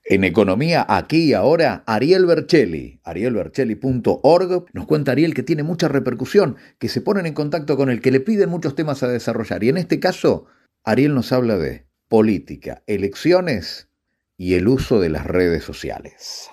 En economía, aquí y ahora, Ariel Bercelli, arielbercelli.org, nos cuenta Ariel que tiene mucha repercusión, que se ponen en contacto con él, que le piden muchos temas a desarrollar. Y en este caso, Ariel nos habla de política, elecciones y el uso de las redes sociales.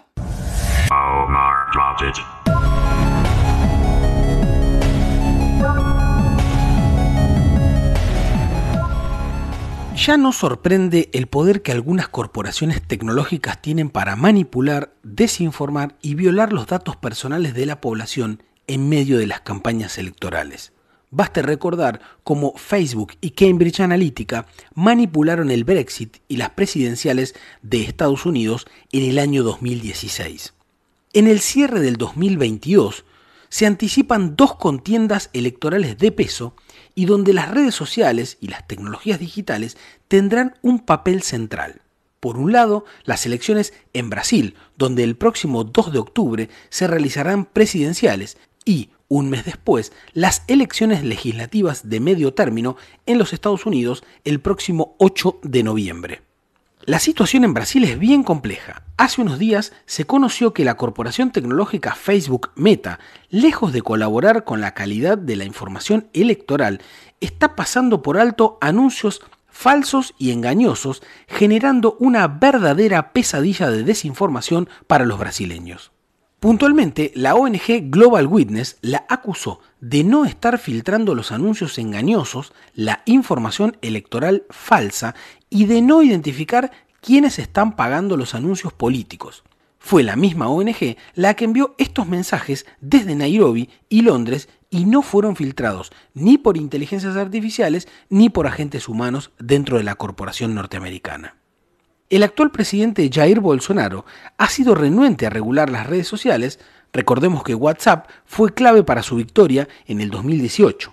Ya no sorprende el poder que algunas corporaciones tecnológicas tienen para manipular, desinformar y violar los datos personales de la población en medio de las campañas electorales. Baste recordar cómo Facebook y Cambridge Analytica manipularon el Brexit y las presidenciales de Estados Unidos en el año 2016. En el cierre del 2022 se anticipan dos contiendas electorales de peso y donde las redes sociales y las tecnologías digitales tendrán un papel central. Por un lado, las elecciones en Brasil, donde el próximo 2 de octubre se realizarán presidenciales, y, un mes después, las elecciones legislativas de medio término en los Estados Unidos el próximo 8 de noviembre. La situación en Brasil es bien compleja. Hace unos días se conoció que la corporación tecnológica Facebook Meta, lejos de colaborar con la calidad de la información electoral, está pasando por alto anuncios falsos y engañosos, generando una verdadera pesadilla de desinformación para los brasileños. Puntualmente, la ONG Global Witness la acusó de no estar filtrando los anuncios engañosos, la información electoral falsa y de no identificar quiénes están pagando los anuncios políticos. Fue la misma ONG la que envió estos mensajes desde Nairobi y Londres y no fueron filtrados ni por inteligencias artificiales ni por agentes humanos dentro de la corporación norteamericana. El actual presidente Jair Bolsonaro ha sido renuente a regular las redes sociales. Recordemos que WhatsApp fue clave para su victoria en el 2018.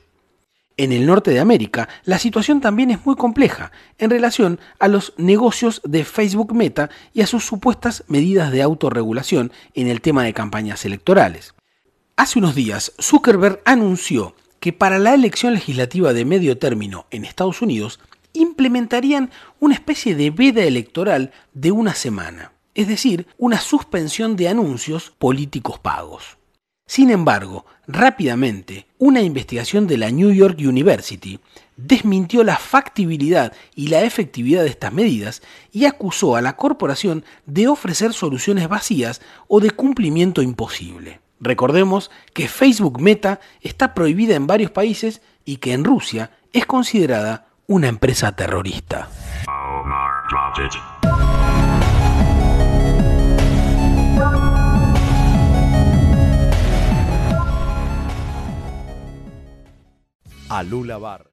En el norte de América, la situación también es muy compleja en relación a los negocios de Facebook Meta y a sus supuestas medidas de autorregulación en el tema de campañas electorales. Hace unos días, Zuckerberg anunció que para la elección legislativa de medio término en Estados Unidos implementarían una especie de veda electoral de una semana, es decir, una suspensión de anuncios políticos pagos. Sin embargo, rápidamente, una investigación de la New York University desmintió la factibilidad y la efectividad de estas medidas y acusó a la corporación de ofrecer soluciones vacías o de cumplimiento imposible. Recordemos que Facebook Meta está prohibida en varios países y que en Rusia es considerada una empresa terrorista. Alula Bar.